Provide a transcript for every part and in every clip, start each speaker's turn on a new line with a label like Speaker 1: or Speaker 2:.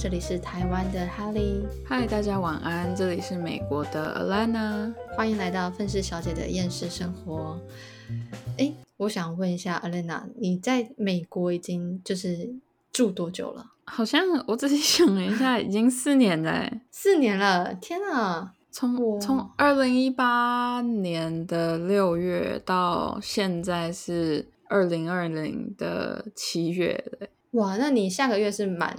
Speaker 1: 这里是台湾的哈利。
Speaker 2: 嗨，大家晚安，这里是美国的 Alana，
Speaker 1: 欢迎来到愤世小姐的厌世生活。我想问一下 Alana， 你在美国已经就是住多久了？
Speaker 2: 好像我仔细想了一下，已经4年了耶。
Speaker 1: 4年了，天啊！
Speaker 2: 从2018年的6月到现在是2020的7月了。
Speaker 1: 哇，那你下个月是满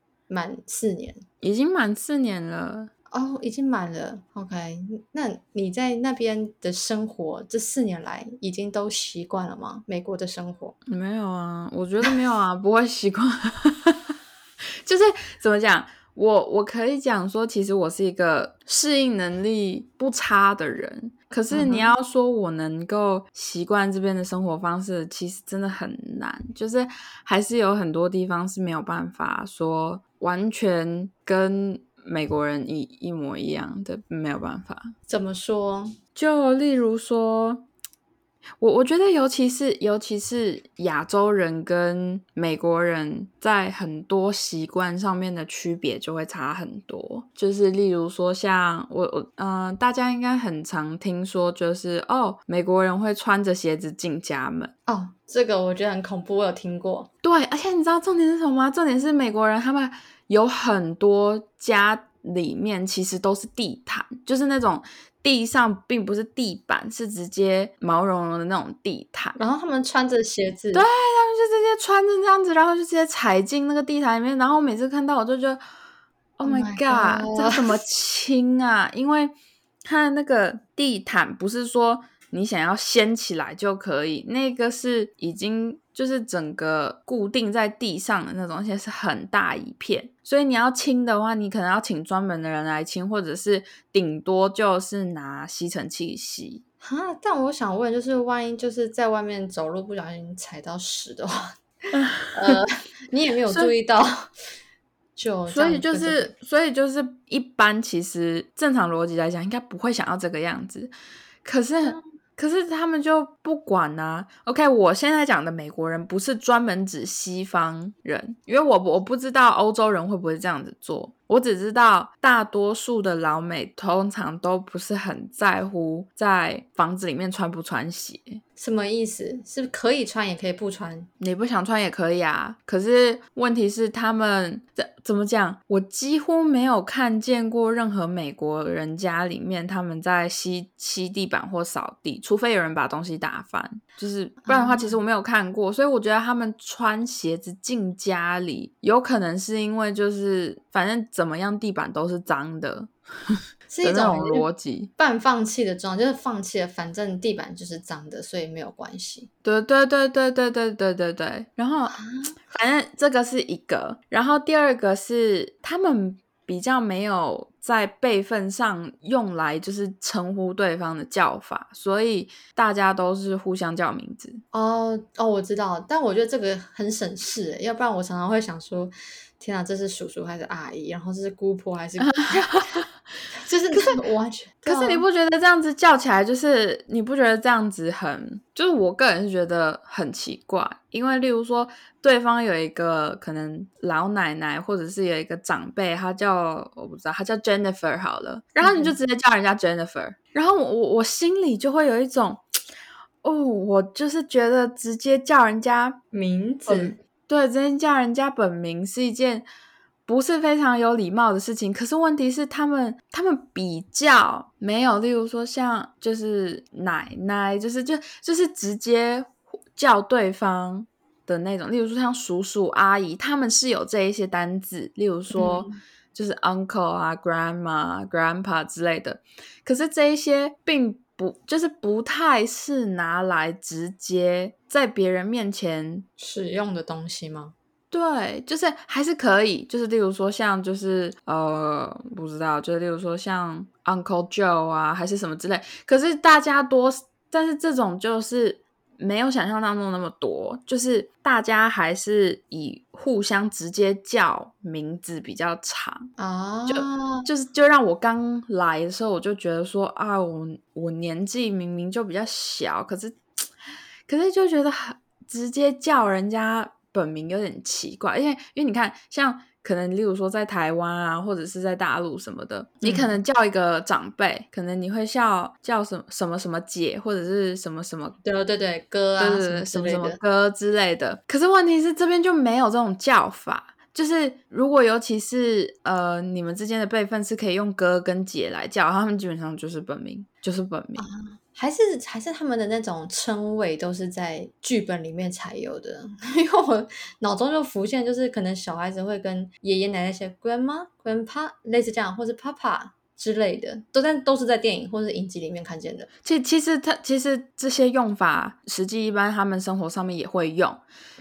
Speaker 1: 4年？
Speaker 2: 已经满4年了。
Speaker 1: 哦，已经满了。OK， 那你在那边的生活这4年来已经都习惯了吗？美国的生活？
Speaker 2: 没有啊，我觉得没有啊，不会习惯。就是怎么讲，我可以讲说，其实我是一个适应能力不差的人，可是你要说我能够习惯这边的生活方式，其实真的很难，就是还是有很多地方是没有办法说完全跟美国人一模一样的，没有办法。
Speaker 1: 怎么说？
Speaker 2: 就例如说我觉得尤其是亚洲人跟美国人在很多习惯上面的区别就会差很多。就是例如说像大家应该很常听说，就是美国人会穿着鞋子进家门。
Speaker 1: 这个我觉得很恐怖，我有听过。
Speaker 2: 对，而且你知道重点是什么吗？重点是美国人他们有很多家里面其实都是地毯，就是那种地上并不是地板，是直接毛茸茸的那种地毯，
Speaker 1: 然后他们穿着鞋子，
Speaker 2: 对，他们就直接穿着这样子，然后就直接踩进那个地毯里面，然后每次看到我就觉得 Oh my god， 这怎么清啊？因为它的那个地毯不是说你想要掀起来就可以，那个是已经就是整个固定在地上的那种，而且是很大一片，所以你要清的话，你可能要请专门的人来清，或者是顶多就是拿吸尘器吸。
Speaker 1: 但我想问，就是万一就是在外面走路不小心踩到屎的话，你也没有注意到，
Speaker 2: 所以就是一般其实正常逻辑来讲应该不会想要这个样子，可是他们就不管啊。OK， 我现在讲的美国人不是专门指西方人，因为我不知道欧洲人会不会这样子做，我只知道大多数的老美通常都不是很在乎在房子里面穿不穿鞋。
Speaker 1: 什么意思？是可以穿也可以不穿？
Speaker 2: 你不想穿也可以啊，可是问题是他们怎么讲？我几乎没有看见过任何美国人家里面他们在吸地板或扫地，除非有人把东西打翻，就是不然的话其实我没有看过。所以我觉得他们穿鞋子进家里有可能是因为就是反正怎么样地板都是脏的
Speaker 1: 是一种
Speaker 2: 逻辑，
Speaker 1: 半放弃的状态，就是放弃了，反正地板就是脏的，所以没有关系。
Speaker 2: 对。然后反正这个是一个，然后第二个是他们比较没有在辈分上用来就是称呼对方的叫法，所以大家都是互相叫名字。
Speaker 1: 我知道，但我觉得这个很省事，要不然我常常会想说，天啊，这是叔叔还是阿姨？然后这是姑婆还是就是完全。
Speaker 2: 可是你不觉得这样子叫起来，就是你不觉得这样子就是我个人是觉得很奇怪，因为例如说对方有一个可能老奶奶或者是有一个长辈，我不知道他叫 Jennifer 好了，然后你就直接叫人家 Jennifer，然后我心里就会有一种我就是觉得直接叫人家
Speaker 1: 名字，
Speaker 2: 对，直接叫人家本名是一件不是非常有礼貌的事情。可是问题是他们比较没有，例如说像就是奶奶，就是直接叫对方的那种，例如说像叔叔阿姨，他们是有这一些单字，例如说就是 uncle 啊 grandma grandpa 之类的，可是这一些并就是不太是拿来直接在别人面前
Speaker 1: 使用的东西吗？
Speaker 2: 对，就是还是可以，就是例如说像就是不知道，就是例如说像 Uncle Joe 啊，还是什么之类。可是但是这种就是没有想象当中那么多，就是大家还是以互相直接叫名字比较长就让我刚来的时候我就觉得说我年纪明明就比较小，可是就觉得直接叫人家本名有点奇怪，因为你看像可能例如说在台湾啊，或者是在大陆什么的，你可能叫一个长辈，可能你会叫什么什么姐，或者是什么什么，
Speaker 1: 对对对，哥啊什么
Speaker 2: 对对对，什么什么
Speaker 1: 之类的。
Speaker 2: 哥之类的。可是问题是这边就没有这种叫法。就是如果尤其是你们之间的辈分是可以用哥跟姐来叫，他们基本上就是本名，就是本名。
Speaker 1: 还是他们的那种称谓都是在剧本里面才有的，因为我脑中就浮现，就是可能小孩子会跟爷爷奶奶写 grandma、grandpa 类似这样，或是 papa 之类的，都是在电影或是影集里面看见的。
Speaker 2: 其实这些用法，实际一般他们生活上面也会用，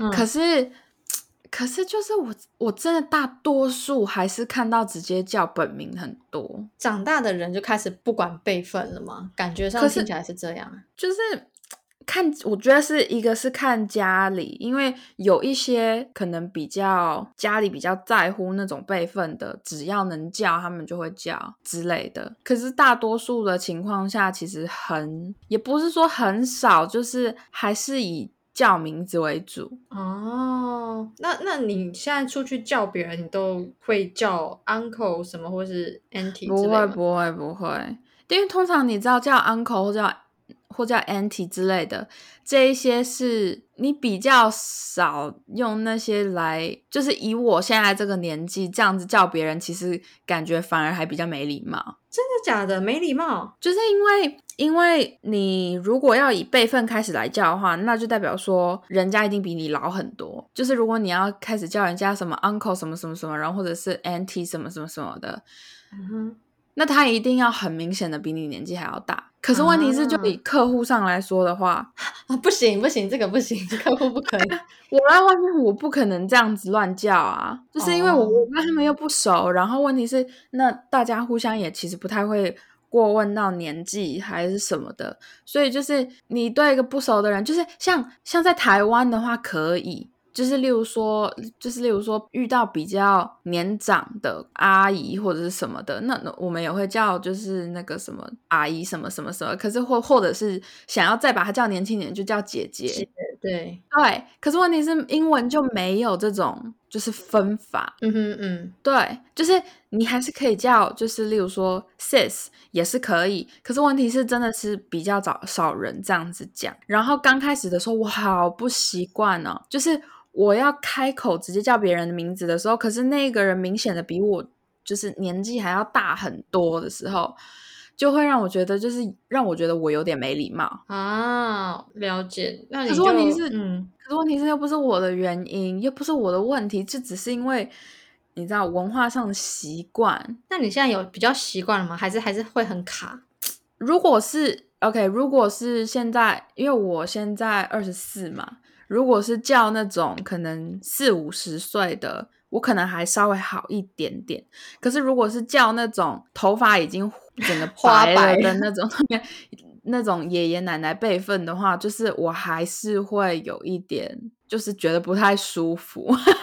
Speaker 2: 可是就是我真的大多数还是看到直接叫本名很多。
Speaker 1: 长大的人就开始不管辈分了嘛，感觉上听起来是这样。
Speaker 2: 就是我觉得是一个是看家里，因为有一些可能家里比较在乎那种辈分的，只要能叫他们就会叫之类的。可是大多数的情况下，其实也不是说很少，就是还是以叫名字为主。
Speaker 1: 哦，那你现在出去叫别人，你都会叫 uncle 什么或是 auntie 之类吗？
Speaker 2: 不会，因为通常你知道叫 uncle 或叫 auntie 之类的，这一些是你比较少用那些来，就是以我现在这个年纪这样子叫别人，其实感觉反而还比较没礼貌。
Speaker 1: 真的假的？没礼貌？
Speaker 2: 就是因为你如果要以辈分开始来叫的话，那就代表说人家一定比你老很多。就是如果你要开始叫人家什么 uncle 什么什么什么，然后或者是 auntie 什么什么什么的，那他一定要很明显的比你年纪还要大。可是问题是，就以客户上来说的话，
Speaker 1: 不行，这个不行，客户不可以。
Speaker 2: 我在外面我不可能这样子乱叫啊，就是因为我跟他们又不熟，然后问题是，那大家互相也其实不太会过问到年纪还是什么的，所以就是你对一个不熟的人，就是像在台湾的话可以。就是例如说遇到比较年长的阿姨或者是什么的，那我们也会叫就是那个什么阿姨什么什么什么，可是或者是想要再把她叫年轻点就叫姐姐。
Speaker 1: 对，
Speaker 2: 可是问题是英文就没有这种就是分法。对，就是你还是可以叫，就是例如说 sis 也是可以，可是问题是真的是比较少人这样子讲。然后刚开始的时候我好不习惯哦，就是我要开口直接叫别人的名字的时候，可是那个人明显的比我就是年纪还要大很多的时候，就会让我觉得我有点没礼貌
Speaker 1: 啊。了解，那你
Speaker 2: 可是问题是又不是我的原因，又不是我的问题，就只是因为你知道文化上的习惯。
Speaker 1: 那你现在有比较习惯了吗？还是会很卡？
Speaker 2: 如果是现在，因为我现在24嘛，如果是叫那种可能40-50岁的，我可能还稍微好一点点。可是如果是叫那种头发已经整个白了的那种爷爷奶奶辈分的话，就是我还是会有一点就是觉得不太舒服。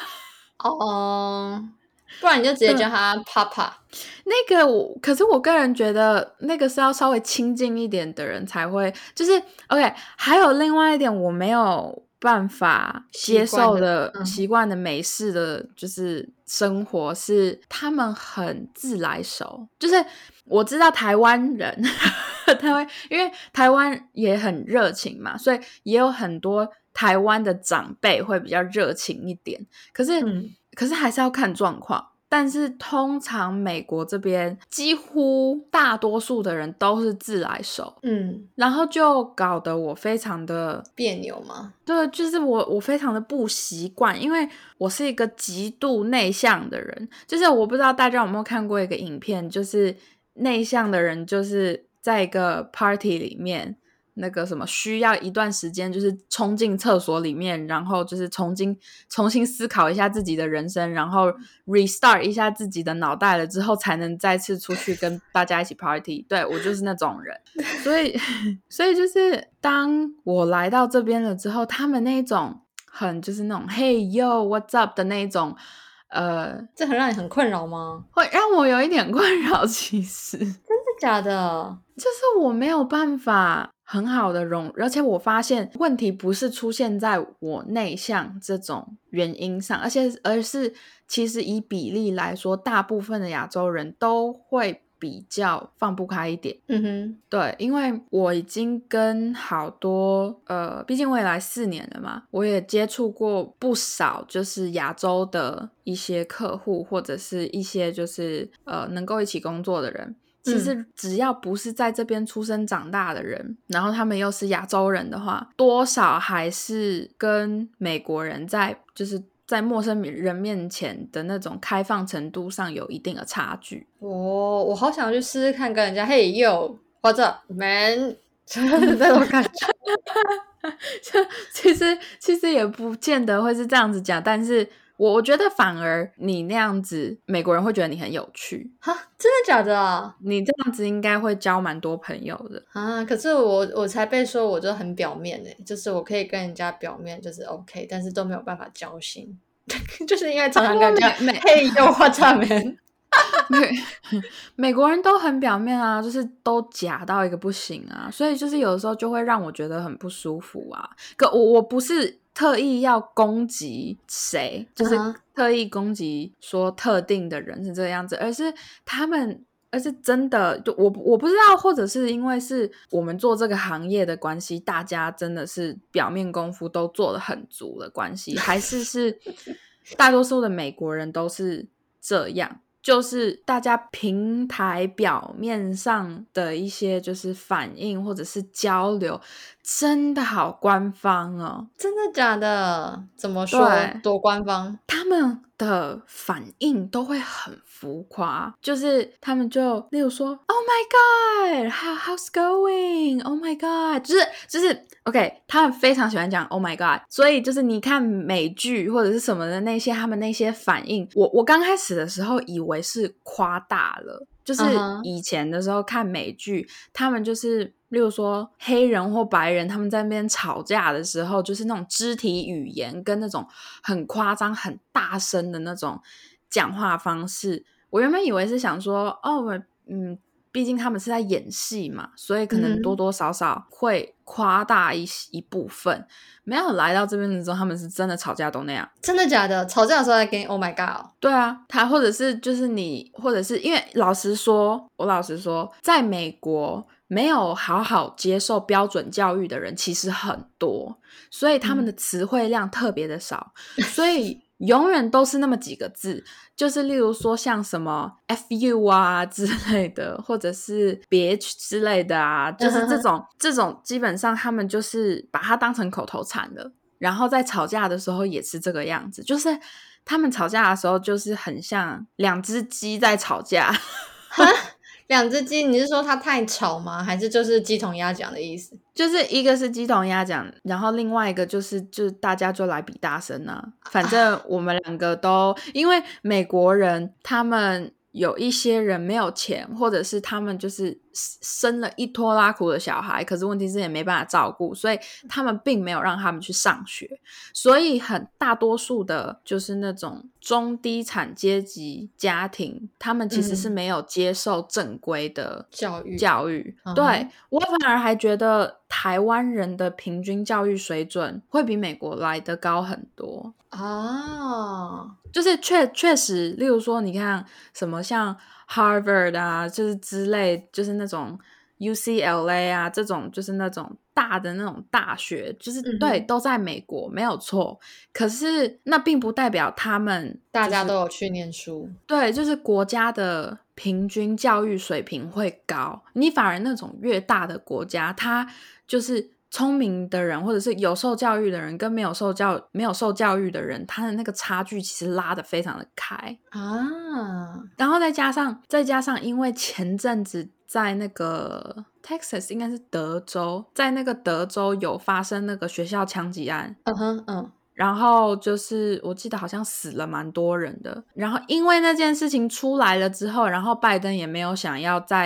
Speaker 1: 不然你就直接叫他 Papa。
Speaker 2: 那个可是我个人觉得那个是要稍微亲近一点的人才会，就是 OK。还有另外一点我没有办法接受的习惯的美式的就是生活是他们很自来熟，就是我知道台湾人因为台湾也很热情嘛，所以也有很多台湾的长辈会比较热情一点，可是还是要看状况。但是通常美国这边几乎大多数的人都是自来熟，然后就搞得我非常的
Speaker 1: 别扭吗？
Speaker 2: 对，就是我非常的不习惯，因为我是一个极度内向的人。就是我不知道大家有没有看过一个影片，就是内向的人就是在一个 party 里面那个什么需要一段时间就是冲进厕所里面，然后就是重新思考一下自己的人生，然后 restart 一下自己的脑袋了之后才能再次出去跟大家一起 party。 对，我就是那种人。所以就是当我来到这边了之后，他们那种很就是那种 Hey yo what's up 的那种
Speaker 1: 这很让你很困扰吗？
Speaker 2: 会让我有一点困扰其实。
Speaker 1: 真的假的？
Speaker 2: 就是我没有办法很好的而且我发现问题不是出现在我内向这种原因上，而是其实以比例来说，大部分的亚洲人都会比较放不开一点。对，因为我已经跟好多毕竟我也来4年了嘛，我也接触过不少就是亚洲的一些客户，或者是一些就是能够一起工作的人。其实只要不是在这边出生长大的人，然后他们又是亚洲人的话，多少还是跟美国人在陌生人面前的那种开放程度上有一定的差距。
Speaker 1: 我好想去试试看跟人家嘿yo what's up man 那种感觉。
Speaker 2: 其实也不见得会是这样子讲，但是我觉得反而你那样子美国人会觉得你很有趣。
Speaker 1: 哈，真的假的啊？
Speaker 2: 你这样子应该会交蛮多朋友的
Speaker 1: 啊！可是我才被说我就很表面欸，就是我可以跟人家表面就是 OK， 但是都没有办法交心，就是因为常常跟人家嘿yo what's up man。
Speaker 2: 美国人都很表面啊，就是都假到一个不行啊，所以就是有的时候就会让我觉得很不舒服啊。可我不是特意要攻击谁，就是特意攻击说特定的人是这个样子，而是真的，就我不知道，或者是因为是我们做这个行业的关系，大家真的是表面功夫都做得很足的关系，还是大多数的美国人都是这样。就是大家平台表面上的一些就是反应或者是交流真的好官方哦。
Speaker 1: 真的假的？怎么说多官方？
Speaker 2: 他们的反应都会很浮夸，就是他们就例如说 Oh my god how's going Oh my god 就是 OK 他们非常喜欢讲 Oh my god， 所以就是你看美剧或者是什么的那些他们那些反应，我刚开始的时候以为是夸大了，就是以前的时候看美剧他们就是例如说黑人或白人他们在那边吵架的时候，就是那种肢体语言跟那种很夸张很大声的那种讲话方式，我原本以为是想说毕竟他们是在演戏嘛，所以可能多多少少会夸大一部分，没有来到这边的时候他们是真的吵架都那样。
Speaker 1: 真的假的？吵架的时候在跟 Oh my god 哦？
Speaker 2: 对啊，或者是就是或者是因为我老实说在美国没有好好接受标准教育的人其实很多，所以他们的词汇量特别的少，所以永远都是那么几个字，就是例如说像什么 FU 啊之类的，或者是 BH 之类的啊，就是这种基本上他们就是把它当成口头禅了，然后在吵架的时候也是这个样子，就是他们吵架的时候就是很像两只鸡在吵架。
Speaker 1: 两只鸡，你是说它太吵吗？还是就是鸡同鸭讲的意思？
Speaker 2: 就是一个是鸡同鸭讲，然后另外一个就是大家就来比大声啊。反正我们两个都因为美国人他们有一些人没有钱，或者是他们就是生了一拖拉苦的小孩，可是问题是也没办法照顾，所以他们并没有让他们去上学，所以很大多数的就是那种中低产阶级家庭，他们其实是没有接受正规的教育。对，我反而还觉得台湾人的平均教育水准会比美国来得高很多啊。就是确实例如说你看什么像 Harvard 啊，就是之类，就是那种 UCLA 啊，这种就是那种大的那种大学，就是对，都在美国没有错，可是那并不代表他们
Speaker 1: 大家都有去念书。
Speaker 2: 对，就是国家的平均教育水平会高，你反而那种越大的国家，它就是聪明的人或者是有受教育的人跟没有受教育的人，他的那个差距其实拉得非常的开啊。然后再加上因为前阵子在那个 Texas 应该是德州，在那个德州有发生那个学校枪击案。然后就是我记得好像死了蛮多人的，然后因为那件事情出来了之后，然后拜登也没有想要再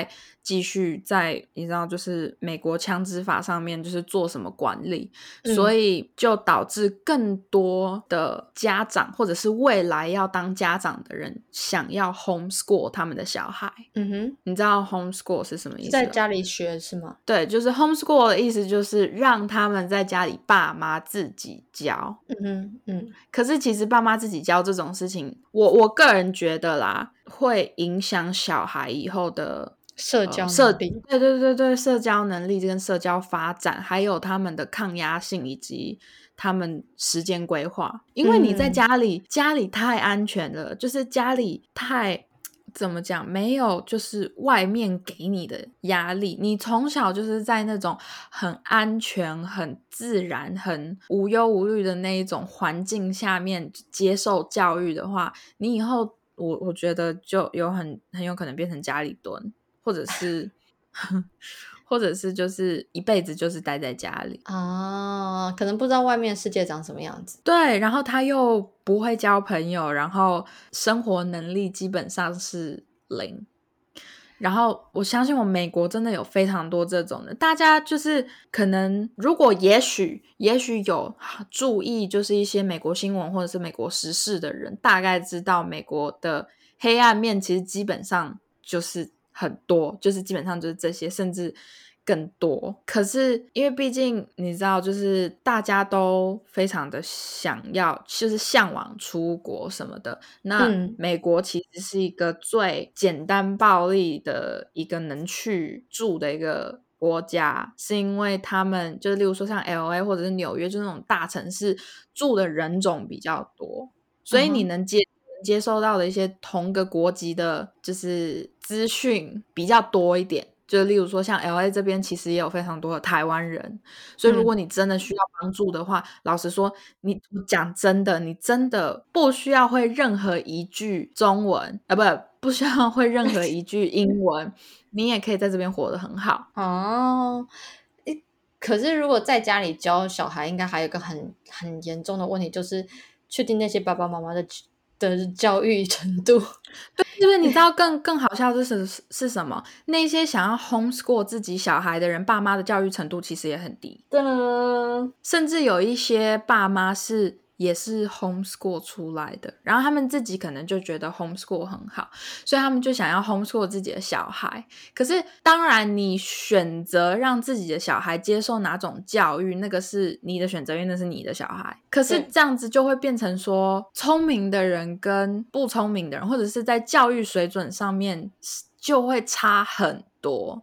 Speaker 2: 继续在你知道就是美国枪支法上面就是做什么管理，所以就导致更多的家长或者是未来要当家长的人想要 homeschool 他们的小孩。你知道 homeschool 是什么意思？
Speaker 1: 在家里学是吗？
Speaker 2: 对，就是 homeschool 的意思就是让他们在家里爸妈自己教。可是其实爸妈自己教这种事情，我个人觉得啦，会影响小孩以后的
Speaker 1: 社交能力。
Speaker 2: 对，社交能力跟社交发展，还有他们的抗压性以及他们时间规划。因为你在家里太安全了，就是家里太怎么讲，没有就是外面给你的压力，你从小就是在那种很安全很自然很无忧无虑的那一种环境下面接受教育的话，你以后我觉得就有很有可能变成家里蹲，或者是或者是就是一辈子就是待在家里
Speaker 1: 啊，可能不知道外面世界长什么样子。
Speaker 2: 对，然后他又不会交朋友，然后生活能力基本上是零。然后我相信美国真的有非常多这种的，大家就是可能如果也许有注意就是一些美国新闻或者是美国时事的人，大概知道美国的黑暗面其实基本上就是很多，就是基本上就是这些，甚至更多。可是因为毕竟你知道就是大家都非常的想要就是向往出国什么的，那美国其实是一个最简单暴力的一个能去住的一个国家，是因为他们就是例如说像 LA 或者是纽约就是那种大城市住的人种比较多，所以你能接收到的一些同个国籍的就是资讯比较多一点，就例如说像 LA 这边其实也有非常多的台湾人，所以如果你真的需要帮助的话，老实说你讲真的，你真的不需要会任何一句中文不需要会任何一句英文你也可以在这边活得很好
Speaker 1: 哦。可是如果在家里教小孩，应该还有一个很严重的问题，就是确定那些爸爸妈妈的教育程度。
Speaker 2: 对，就是你知道更好笑的是什么？那些想要 homeschool 自己小孩的人，爸妈的教育程度其实也很低，甚至有一些爸妈也是 homeschool 出来的，然后他们自己可能就觉得 homeschool 很好，所以他们就想要 homeschool 自己的小孩。可是当然你选择让自己的小孩接受哪种教育，那个是你的选择，因为那是你的小孩。可是这样子就会变成说聪明的人跟不聪明的人，或者是在教育水准上面就会差很多。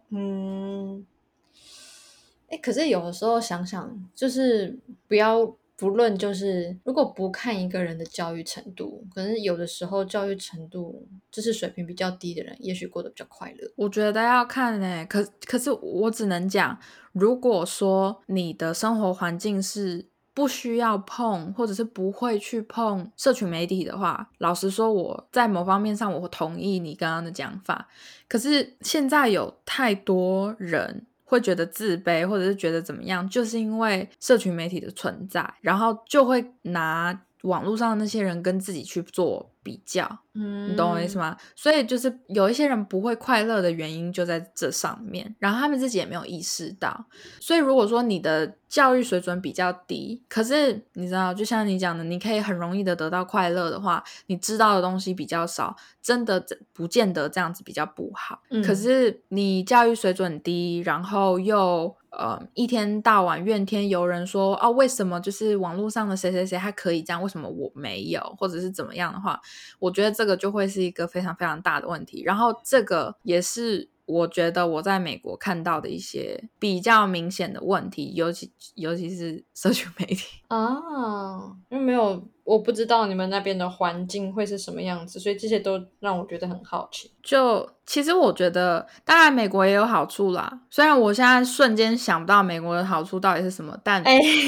Speaker 1: 可是有的时候想想，就是不论就是如果不看一个人的教育程度，可能有的时候教育程度知识水平比较低的人也许过得比较快乐。
Speaker 2: 我觉得要看可是我只能讲，如果说你的生活环境是不需要碰或者是不会去碰社群媒体的话，老实说我在某方面上我同意你刚刚的讲法。可是现在有太多人会觉得自卑或者是觉得怎么样，就是因为社群媒体的存在，然后就会拿网络上的那些人跟自己去做比较，你懂我意思吗？所以就是有一些人不会快乐的原因就在这上面，然后他们自己也没有意识到。所以如果说你的教育水准比较低，可是你知道就像你讲的，你可以很容易的得到快乐的话，你知道的东西比较少，真的不见得这样子比较不好。可是你教育水准低，然后又一天到晚怨天尤人说为什么就是网络上的谁谁谁他可以这样，为什么我没有，或者是怎么样的话，我觉得这个就会是一个非常非常大的问题。然后这个也是我觉得我在美国看到的一些比较明显的问题，尤其是社群媒体
Speaker 1: 因为没有我不知道你们那边的环境会是什么样子，所以这些都让我觉得很好奇。
Speaker 2: 就其实我觉得当然美国也有好处啦，虽然我现在瞬间想不到美国的好处到底是什么，但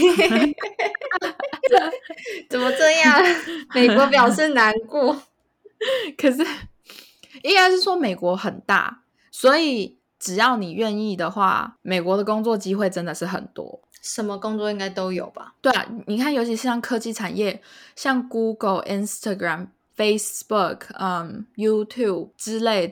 Speaker 1: 怎么这样？美国表示难过。
Speaker 2: 可是应该是说美国很大，所以只要你愿意的话，美国的工作机会真的是很多，
Speaker 1: 什么工作应该都有吧？
Speaker 2: 对啊，你看尤其是像科技产业，像 Google、Instagram、Facebook、YouTube 之类的，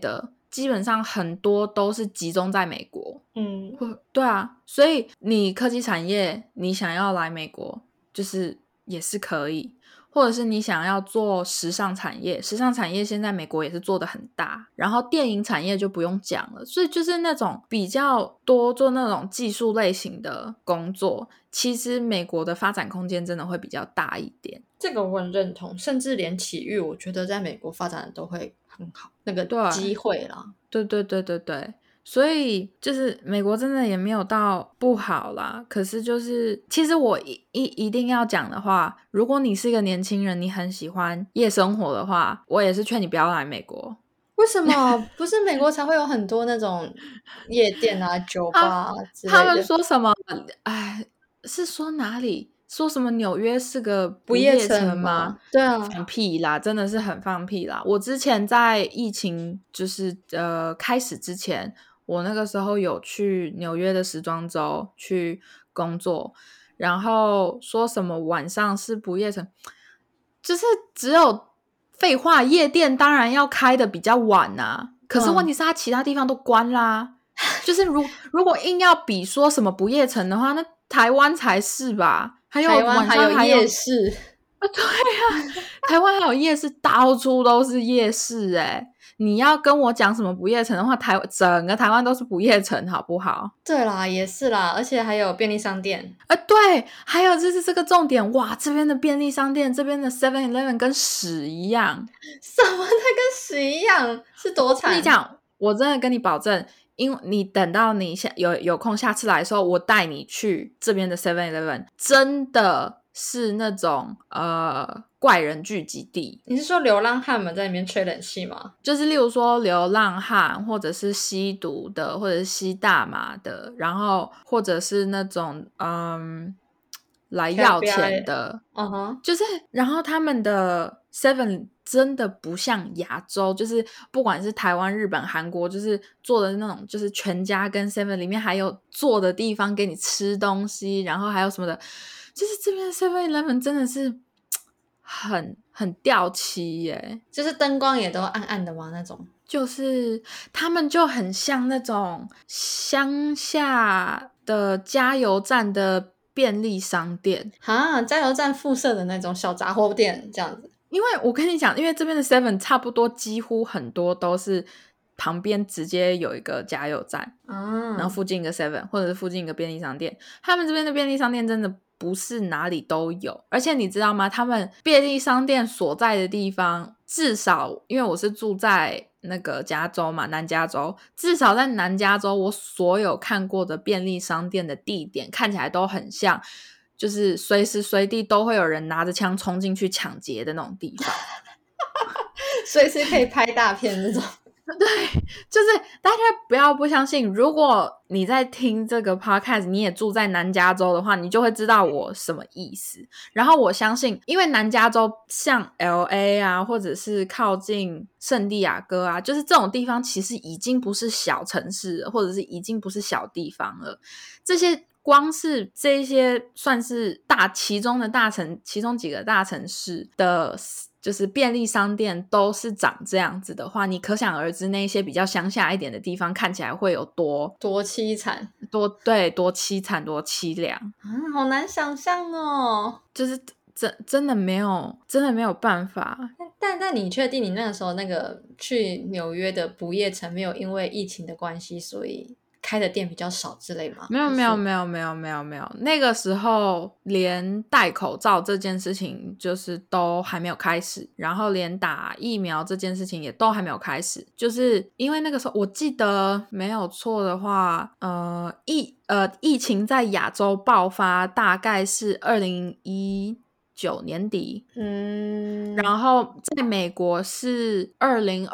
Speaker 2: 基本上很多都是集中在美国。对啊，所以你科技产业你想要来美国就是也是可以，或者是你想要做时尚产业，时尚产业现在美国也是做得很大，然后电影产业就不用讲了，所以就是那种比较多做那种技术类型的工作，其实美国的发展空间真的会比较大一点。
Speaker 1: 这个我很认同，甚至连体育我觉得在美国发展的都会很好，那个机会啦。
Speaker 2: 对对对对对，所以就是美国真的也没有到不好啦，可是就是其实我一定要讲的话，如果你是一个年轻人，你很喜欢夜生活的话，我也是劝你不要来美国。
Speaker 1: 为什么？不是美国才会有很多那种夜店啊、酒吧之类的？
Speaker 2: 他们说什么？哎，是说哪里？说什么纽约是个不夜城吗？
Speaker 1: 对啊，
Speaker 2: 放屁啦，真的是很放屁啦！我之前在疫情就是开始之前，我那个时候有去纽约的时装周去工作，然后说什么晚上是不夜城，就是只有废话，夜店当然要开的比较晚啊，可是问题是它其他地方都关啦。就是如果硬要比说什么不夜城的话，那台湾才是吧？还有
Speaker 1: 台湾
Speaker 2: 晚上
Speaker 1: 还有夜市
Speaker 2: 对啊，台湾还有夜市，到处都是夜市欸。你要跟我讲什么不夜城的话，整个台湾都是不夜城，好不好？
Speaker 1: 对啦，也是啦，而且还有便利商店。
Speaker 2: 对，还有就是这个重点，哇，这边的便利商店，这边的 7-Eleven 跟屎一样。
Speaker 1: 什么？它跟屎一样？是多惨？
Speaker 2: 跟你讲，我真的跟你保证，因为你等到你有空下次来的时候，我带你去这边的 7-Eleven， 真的是那种怪人聚集地。
Speaker 1: 你是说流浪汉们在里面吹冷气吗？
Speaker 2: 就是例如说流浪汉，或者是吸毒的，或者是吸大麻的，然后或者是那种来要钱的，就是然后他们的 7真的不像亚洲，就是不管是台湾、日本、韩国，就是做的那种，就是全家跟 7里面还有坐的地方给你吃东西，然后还有什么的，就是这边 7-Eleven 真的是很掉漆耶，
Speaker 1: 就是灯光也都暗暗的吗？那种
Speaker 2: 就是他们就很像那种乡下的加油站的便利商店
Speaker 1: 哈，加油站附设的那种小杂货店这样子。
Speaker 2: 因为我跟你讲，因为这边的 7差不多几乎很多都是旁边直接有一个加油站，然后附近一个 7或者是附近一个便利商店。他们这边的便利商店真的不是哪里都有，而且你知道吗？他们便利商店所在的地方，至少因为我是住在那个加州嘛，南加州，至少在南加州，我所有看过的便利商店的地点看起来都很像，就是随时随地都会有人拿着枪冲进去抢劫的那种地方，
Speaker 1: 随时可以拍大片那种。
Speaker 2: 对，就是大家不相信，如果你在听这个 podcast 你也住在南加州的话，你就会知道我什么意思。然后我相信，因为南加州像 LA 啊，或者是靠近圣地亚哥啊，就是这种地方其实已经不是小城市了，或者是已经不是小地方了。这些光是这些算是其中几个大城市的就是便利商店都是长这样子的话，你可想而知那些比较乡下一点的地方看起来会有多
Speaker 1: 凄惨，
Speaker 2: 多凄惨多凄凉
Speaker 1: 好难想象哦。
Speaker 2: 就是真的没有办法。
Speaker 1: 但你确定你那个时候那个去纽约的不夜城没有因为疫情的关系所以开的店比较少之类吗？
Speaker 2: 没有，那个时候连戴口罩这件事情就是都还没有开始，然后连打疫苗这件事情也都还没有开始，就是因为那个时候我记得没有错的话，疫情在亚洲爆发大概是2019年底，然后在美国是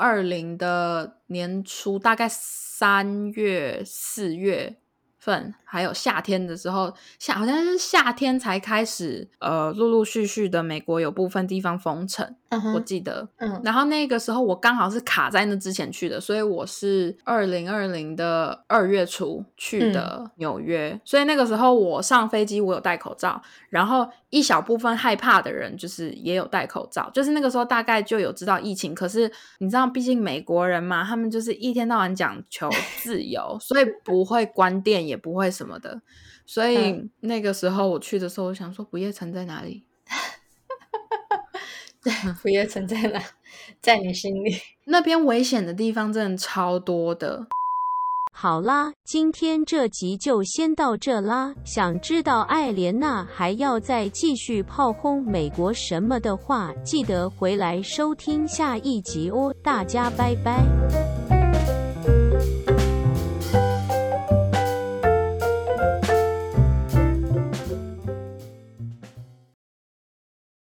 Speaker 2: 2020的年初，大概3月4月份还有夏天的时候，好像是夏天才开始陆陆续续的美国有部分地方封城，我记得然后那个时候我刚好是卡在那之前去的，所以我是2020的2月初去的纽约，所以那个时候我上飞机我有戴口罩，然后一小部分害怕的人就是也有戴口罩，就是那个时候大概就有知道疫情，可是你知道毕竟美国人嘛，他们就是一天到晚讲求自由所以不会关店也不会什么的，所以那个时候我去的时候我想说不夜城在哪里
Speaker 1: 对，不夜城在哪？在你心里。
Speaker 2: 那边危险的地方真的超多的。
Speaker 3: 好啦，今天这集就先到这啦。想知道艾莲娜还要再继续炮轰美国什么的话，记得回来收听下一集哦。大家拜拜。